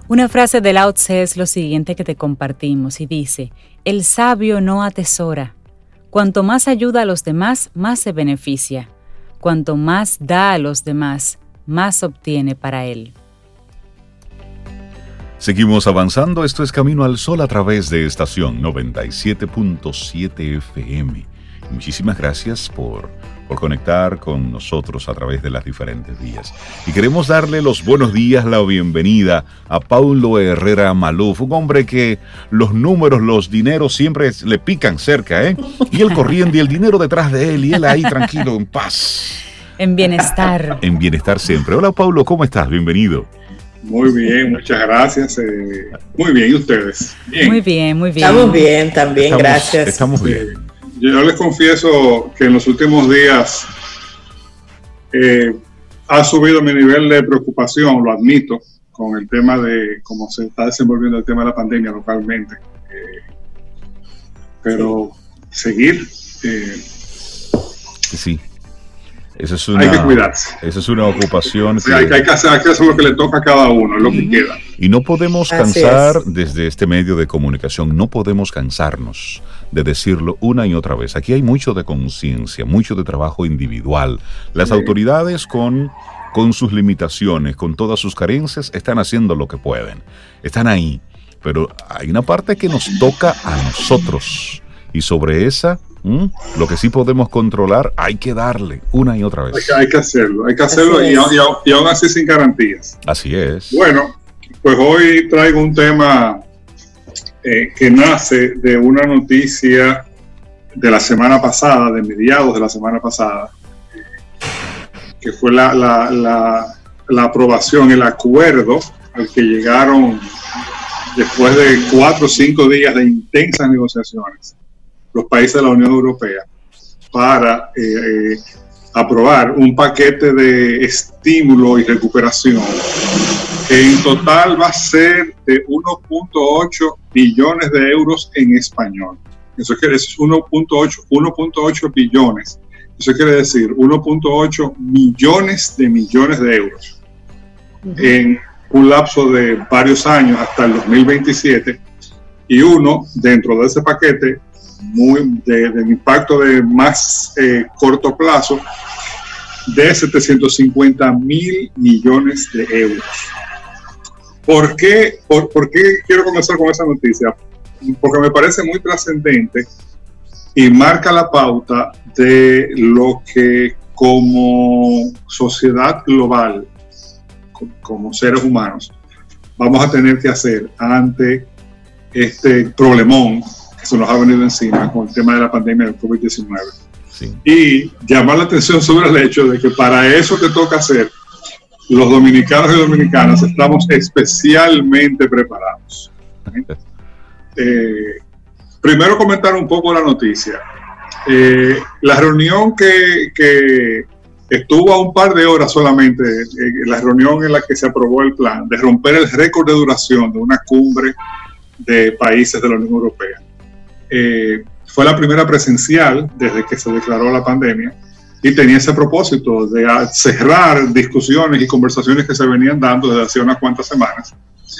Una frase de Lao Tse es lo siguiente que te compartimos y dice: el sabio no atesora. Cuanto más ayuda a los demás, más se beneficia. Cuanto más da a los demás, más obtiene para él. Seguimos avanzando. Esto es Camino al Sol a través de estación 97.7 FM. Muchísimas gracias por conectar con nosotros a través de las diferentes vías. Y queremos darle los buenos días, la bienvenida a Paulo Herrera Maluf, un hombre que los números, los dineros siempre le pican cerca, ¿eh? Y él corriendo y el dinero detrás de él y él ahí tranquilo, en paz. En bienestar. En bienestar siempre. Hola Paulo, ¿cómo estás? Bienvenido. Muy bien, muchas gracias. Muy bien, ¿y ustedes? Bien. Muy bien, muy bien. Estamos bien también, gracias. Estamos bien. Yo les confieso que en los últimos días ha subido mi nivel de preocupación, lo admito, con el tema de cómo se está desenvolviendo el tema de la pandemia localmente. Pero seguir. Sí. Eso es hay que cuidarse. Esa es una ocupación. Sí, hay que hacer lo que le toca a cada uno, es lo que queda. Y no podemos cansar desde este medio de comunicación, no podemos cansarnos de decirlo una y otra vez. Aquí hay mucho de conciencia, mucho de trabajo individual. Las autoridades con sus limitaciones, con todas sus carencias, están haciendo lo que pueden. Están ahí. Pero hay una parte que nos toca a nosotros. Y sobre esa... lo que sí podemos controlar, hay que darle una y otra vez. Hay que hacerlo y aún así sin garantías. Así es. Bueno, pues hoy traigo un tema que nace de una noticia de la semana pasada, de mediados de la semana pasada, que fue la aprobación, el acuerdo al que llegaron después de 4 o 5 días de intensas negociaciones los países de la Unión Europea para aprobar un paquete de estímulo y recuperación que en total va a ser de 1.8 billones de euros en español. Eso es 1.8 billones. Eso quiere decir 1.8 millones de euros en un lapso de varios años hasta el 2027, y uno dentro de ese paquete de impacto de más corto plazo de 750.000 millones de euros. ¿Por qué quiero comenzar con esa noticia? Porque me parece muy trascendente y marca la pauta de lo que como sociedad global, como seres humanos, vamos a tener que hacer ante este problemón que se nos ha venido encima con el tema de la pandemia del COVID-19. Sí. Y llamar la atención sobre el hecho de que para eso que toca hacer, los dominicanos y dominicanas estamos especialmente preparados. Primero comentar un poco la noticia. La reunión que estuvo a un par de horas solamente, la reunión en la que se aprobó el plan de romper el récord de duración de una cumbre de países de la Unión Europea. Fue la primera presencial desde que se declaró la pandemia y tenía ese propósito de cerrar discusiones y conversaciones que se venían dando desde hace unas cuantas semanas.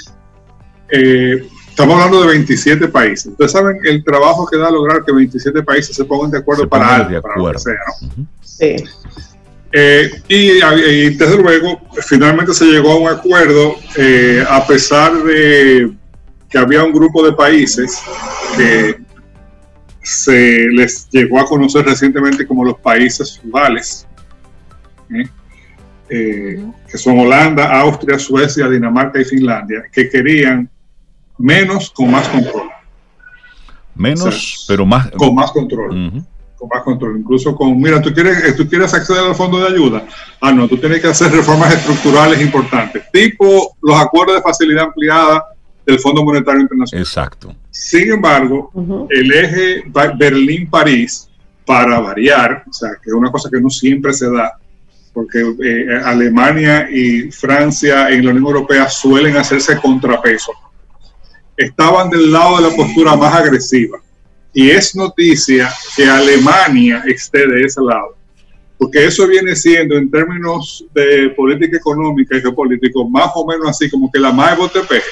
Estamos hablando de 27 países. Ustedes saben el trabajo que da lograr que 27 países se pongan de acuerdo para algo, para lo que sea, ¿no? Uh-huh. Sí. Y desde luego, finalmente se llegó a un acuerdo, a pesar de que había un grupo de países que se les llegó a conocer recientemente como los países frugales, que son Holanda, Austria, Suecia, Dinamarca y Finlandia, que querían menos con más control. Menos, o sea, pero más. Con más control. Uh-huh. Con más control. Incluso mira, ¿tú quieres acceder al fondo de ayuda? No, tú tienes que hacer reformas estructurales importantes, tipo los acuerdos de facilidad ampliada del Fondo Monetario Internacional. Exacto. Sin embargo, el eje Berlín-París, para variar, o sea, que es una cosa que no siempre se da, porque Alemania y Francia en la Unión Europea suelen hacerse contrapeso, estaban del lado de la postura más agresiva. Y es noticia que Alemania esté de ese lado, porque eso viene siendo, en términos de política económica y geopolítico, más o menos así como que la más botepeje.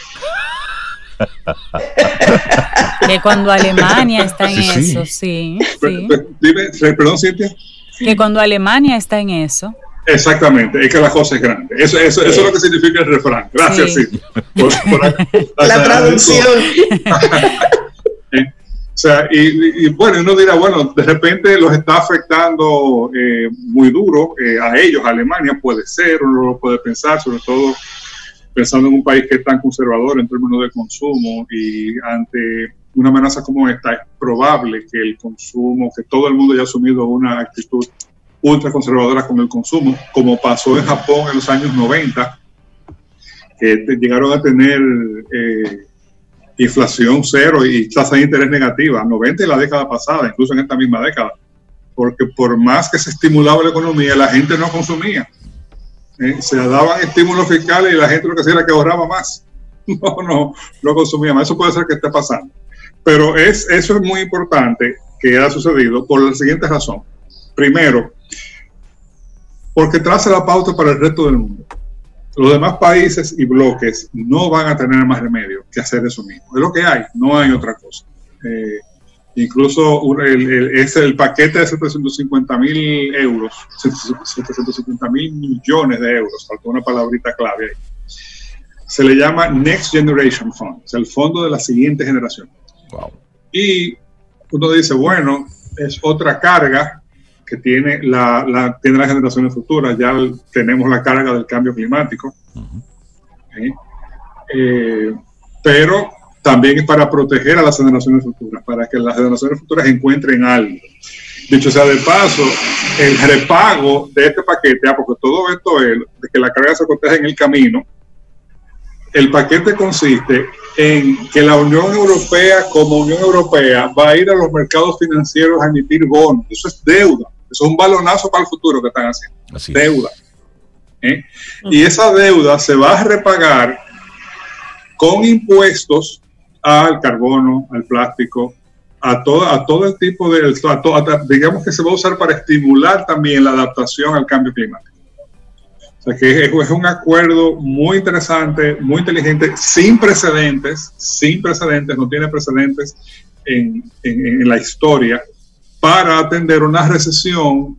Que cuando Alemania está en eso, sí. Dime, perdón, Cintia. Que cuando Alemania está en eso. Exactamente, es que la cosa es grande. Eso es lo que significa el refrán. Gracias, Cintia. Por la traducción. O sea, y bueno, uno dirá, bueno, de repente los está afectando muy duro a ellos, a Alemania, puede ser, uno lo puede pensar, sobre todo pensando en un país que es tan conservador en términos de consumo, y ante una amenaza como esta es probable que el consumo, que todo el mundo haya asumido una actitud ultra conservadora con el consumo, como pasó en Japón en los años 90, que llegaron a tener inflación cero y tasa de interés negativa, 90 en la década pasada, incluso en esta misma década, porque por más que se estimulaba la economía, la gente no consumía. Se daban estímulos fiscales y la gente lo que hacía era que ahorraba más, no consumía más. Eso puede ser que esté pasando. Pero eso es muy importante que haya sucedido por la siguiente razón. Primero, porque traza la pauta para el resto del mundo. Los demás países y bloques no van a tener más remedio que hacer eso mismo. Es lo que hay, no hay otra cosa. Incluso es el paquete de 750.000 euros, 750.000 millones de euros, faltó una palabrita clave ahí. Se le llama Next Generation Fund, o sea, el fondo de la siguiente generación. Wow. Y uno dice, bueno, es otra carga que tiene la generaciones futuras. Ya tenemos la carga del cambio climático. Pero también es para proteger a las generaciones futuras, para que las generaciones futuras encuentren algo. Dicho sea de paso, el repago de este paquete, porque todo esto es de que la carga se protege en el camino, el paquete consiste en que la Unión Europea, como Unión Europea, va a ir a los mercados financieros a emitir bonos. Eso es deuda. Eso es un balonazo para el futuro que están haciendo. Así deuda. Y esa deuda se va a repagar con impuestos al carbono, al plástico, a todo el tipo de... digamos que se va a usar para estimular también la adaptación al cambio climático. O sea que es un acuerdo muy interesante, muy inteligente, sin precedentes, no tiene precedentes en la historia, para atender una recesión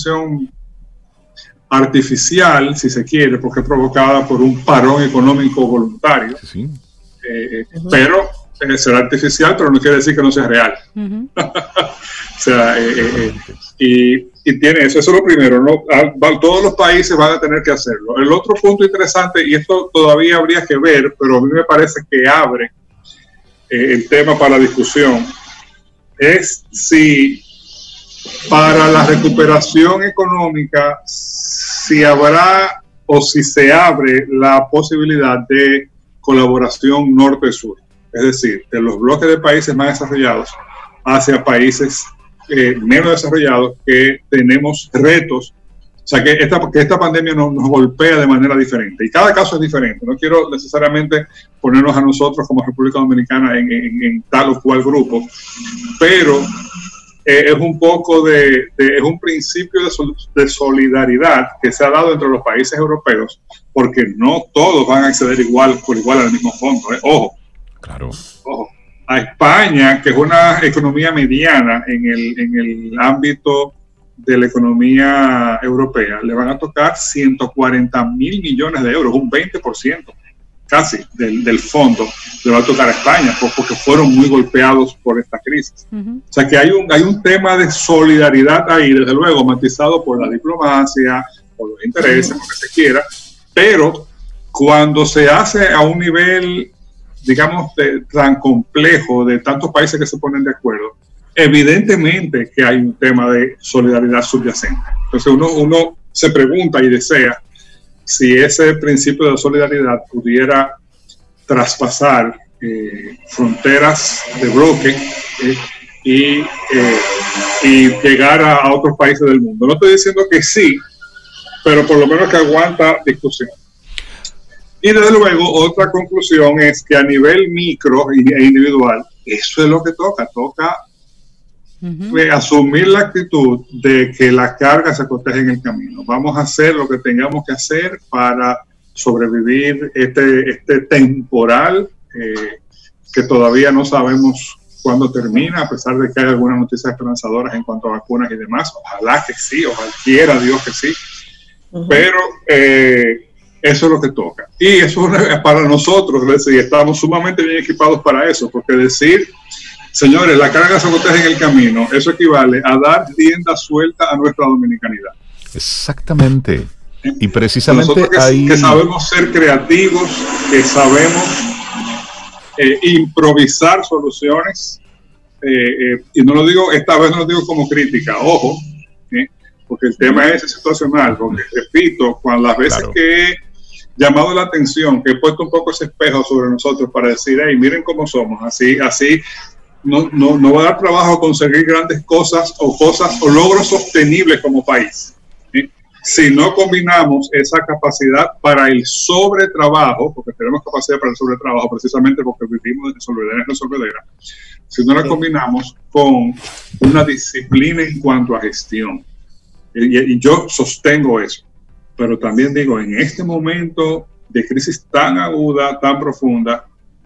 artificial, si se quiere, porque es provocada por un parón económico voluntario. Sí. Pero será artificial, pero no quiere decir que no sea real. O sea, y tiene eso es lo primero, ¿no? Todos los países van a tener que hacerlo. El otro punto interesante, y esto todavía habría que ver, pero a mí me parece que abre el tema para la discusión, es si para la recuperación económica, si habrá o si se abre la posibilidad de colaboración norte-sur, es decir, de los bloques de países más desarrollados hacia países menos desarrollados, que tenemos retos. O sea, que esta pandemia nos golpea de manera diferente, y cada caso es diferente. No quiero necesariamente ponernos a nosotros como República Dominicana en tal o cual grupo, pero es un poco es un principio de solidaridad que se ha dado entre los países europeos, porque no todos van a acceder por igual al mismo fondo. Ojo. Claro. Ojo. A España, que es una economía mediana en el ámbito de la economía europea, le van a tocar 140.000 millones de euros, un 20% casi del fondo le va a tocar a España, porque fueron muy golpeados por esta crisis. O sea que hay un tema de solidaridad ahí, desde luego matizado por la diplomacia, por los intereses, lo que se quiera, pero cuando se hace a un nivel, digamos, tan complejo, de tantos países que se ponen de acuerdo, evidentemente que hay un tema de solidaridad subyacente. Entonces uno se pregunta y desea si ese principio de solidaridad pudiera traspasar fronteras de bloque y llegar a otros países del mundo. No estoy diciendo que sí, pero por lo menos que aguanta discusión. Y desde luego, otra conclusión es que a nivel micro e individual, eso es lo que toca asumir la actitud de que la carga se acoteje en el camino. Vamos a hacer lo que tengamos que hacer para sobrevivir este temporal que todavía no sabemos cuándo termina, a pesar de que hay algunas noticias esperanzadoras en cuanto a vacunas y demás. Ojalá que sí, ojalá quiera Dios que sí. Pero eso es lo que toca. Y eso es para nosotros, y estamos sumamente bien equipados para eso, porque decir, señores, la carga se acoteja en el camino, eso equivale a dar rienda suelta a nuestra dominicanidad. Exactamente. Y precisamente que sabemos ser creativos, que sabemos improvisar soluciones, y no lo digo, esta vez no lo digo como crítica, ojo, porque el tema es situacional, porque repito, cuando las veces que he llamado la atención, que he puesto un poco ese espejo sobre nosotros para decir, hey, miren cómo somos, así no va a dar trabajo conseguir grandes cosas o logros sostenibles como país. Si no combinamos esa capacidad para el sobretrabajo, porque tenemos capacidad para el sobretrabajo precisamente porque vivimos de resolvedera, si no la combinamos con una disciplina en cuanto a gestión. Y yo sostengo eso, pero también digo, en este momento de crisis tan aguda, tan profunda,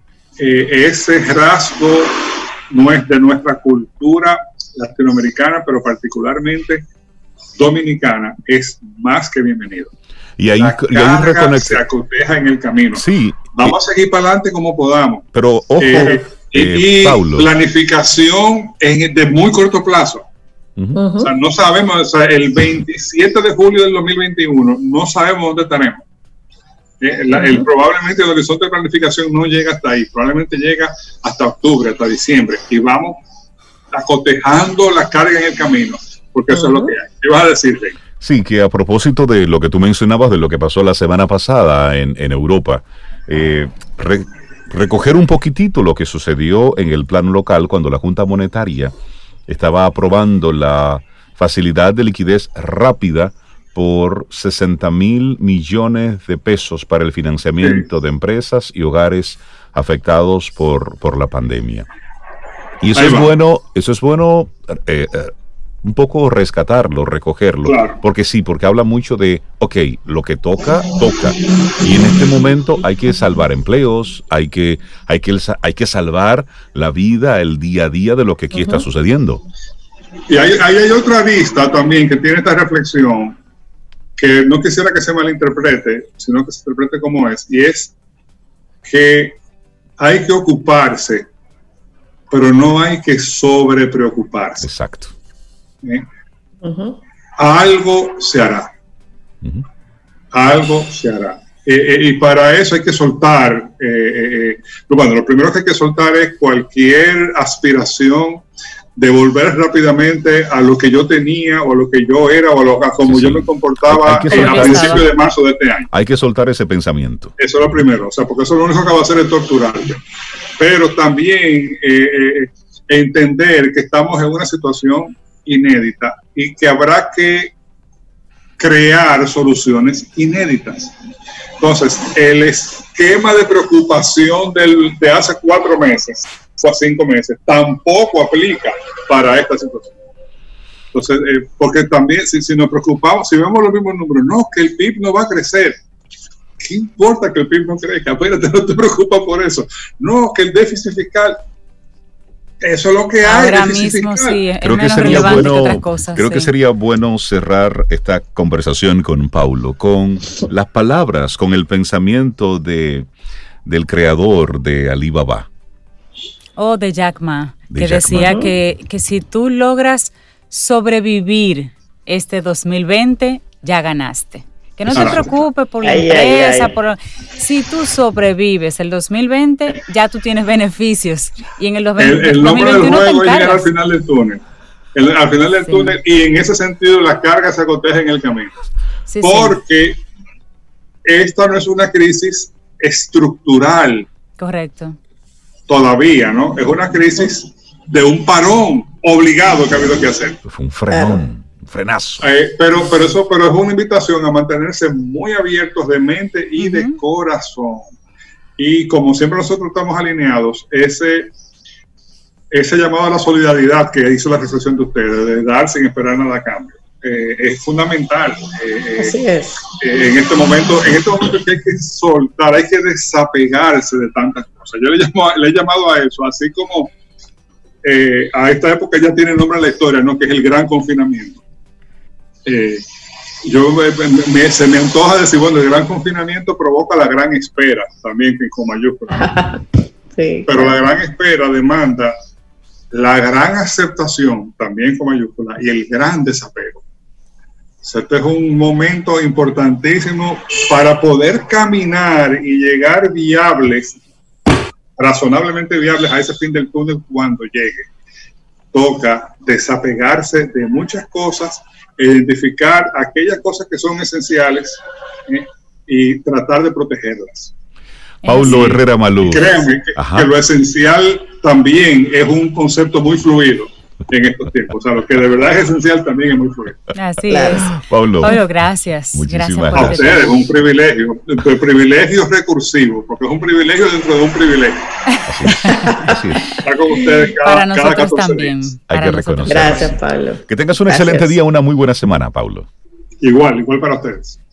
ese rasgo no es de nuestra cultura latinoamericana, pero particularmente dominicana, es más que bienvenido. Y ahí se acoteja en el camino. Sí. Vamos a seguir para adelante como podamos. Pero ojo, y Paulo, planificación de muy corto plazo. O sea, no sabemos, o sea, el 27 de julio del 2021 no sabemos dónde estaremos. Probablemente el horizonte de planificación no llega hasta ahí, probablemente llega hasta octubre, hasta diciembre, y vamos acotejando la carga en el camino, porque eso es lo que hay. ¿Qué vas a decir, Rey? Sí, que a propósito de lo que tú mencionabas, de lo que pasó la semana pasada en Europa, recoger un poquitito lo que sucedió en el plano local cuando la Junta Monetaria estaba aprobando la facilidad de liquidez rápida por 60,000 millones de pesos para el financiamiento de empresas y hogares afectados por la pandemia. Y eso es bueno un poco rescatarlo, recogerlo, claro. Porque habla mucho de, lo que toca, y en este momento hay que salvar empleos, hay que salvar la vida, el día a día de lo que aquí está sucediendo. Y hay otra arista también que tiene esta reflexión, que no quisiera que se malinterprete, sino que se interprete como es, y es que hay que ocuparse, pero no hay que sobrepreocuparse. Exacto. Algo se hará. Algo se hará. Y para eso hay que soltar. Lo primero que hay que soltar es cualquier aspiración de volver rápidamente a lo que yo tenía o a lo que yo era o a como yo me comportaba a principios de marzo de este año. Hay que soltar ese pensamiento. Eso es lo primero, o sea, porque eso lo único que va a hacer es torturarte. Pero también entender que estamos en una situación inédita y que habrá que crear soluciones inéditas. Entonces, el esquema de preocupación de hace 4 meses o a 5 meses tampoco aplica para esta situación. Entonces, porque también si nos preocupamos, si vemos los mismos números, no, que el PIB no va a crecer. ¿Qué importa que el PIB no crezca? Espérate, no te preocupas por eso. No, que el déficit fiscal, eso es lo que hay. Ahora mismo sí, es menos relevante que otras cosas. Creo que sería bueno cerrar esta conversación con Paulo, con las palabras, con el pensamiento del creador de Alibaba. De Jack Ma, que decía que si tú logras sobrevivir este 2020, ya ganaste. Que no te preocupes por la empresa. Si tú sobrevives el 2020, ya tú tienes beneficios. Y en el 2021 el nombre del juego es llegar al final del túnel. Al final del túnel, y en ese sentido la carga se acoteja en el camino. Porque esta no es una crisis estructural. Correcto. Todavía, ¿no? Es una crisis de un parón obligado que ha habido que hacer. Fue un frenón. Frenazo. Pero es una invitación a mantenerse muy abiertos de mente y de corazón. Y como siempre nosotros estamos alineados, ese llamado a la solidaridad que hizo la reflexión de ustedes, de dar sin esperar nada a cambio, es fundamental. Así es. En este momento que hay que soltar, hay que desapegarse de tantas cosas. Yo le he llamado a eso, así como a esta época ya tiene nombre en la historia, ¿no? Que es el gran confinamiento. Se me antoja decir, bueno, el gran confinamiento provoca la gran espera, también con mayúsculas. Sí, pero la gran espera demanda la gran aceptación, también con mayúsculas, y el gran desapego. O sea, este es un momento importantísimo para poder caminar y llegar razonablemente viables a ese fin del túnel cuando llegue. Toca desapegarse de muchas cosas, identificar aquellas cosas que son esenciales y tratar de protegerlas. Paulo Herrera Maluz. Créanme que lo esencial también es un concepto muy fluido en estos tiempos. O sea, lo que de verdad es esencial también es muy fluido. Así es. Paulo, gracias. Muchísimas gracias. A ustedes, es un privilegio. El privilegio recursivo, porque es un privilegio dentro de un privilegio. Así es. Estar con ustedes para nosotros también. Hay que reconocerlo. Gracias, Pablo. Que tengas un excelente día, una muy buena semana, Paulo. Igual para ustedes.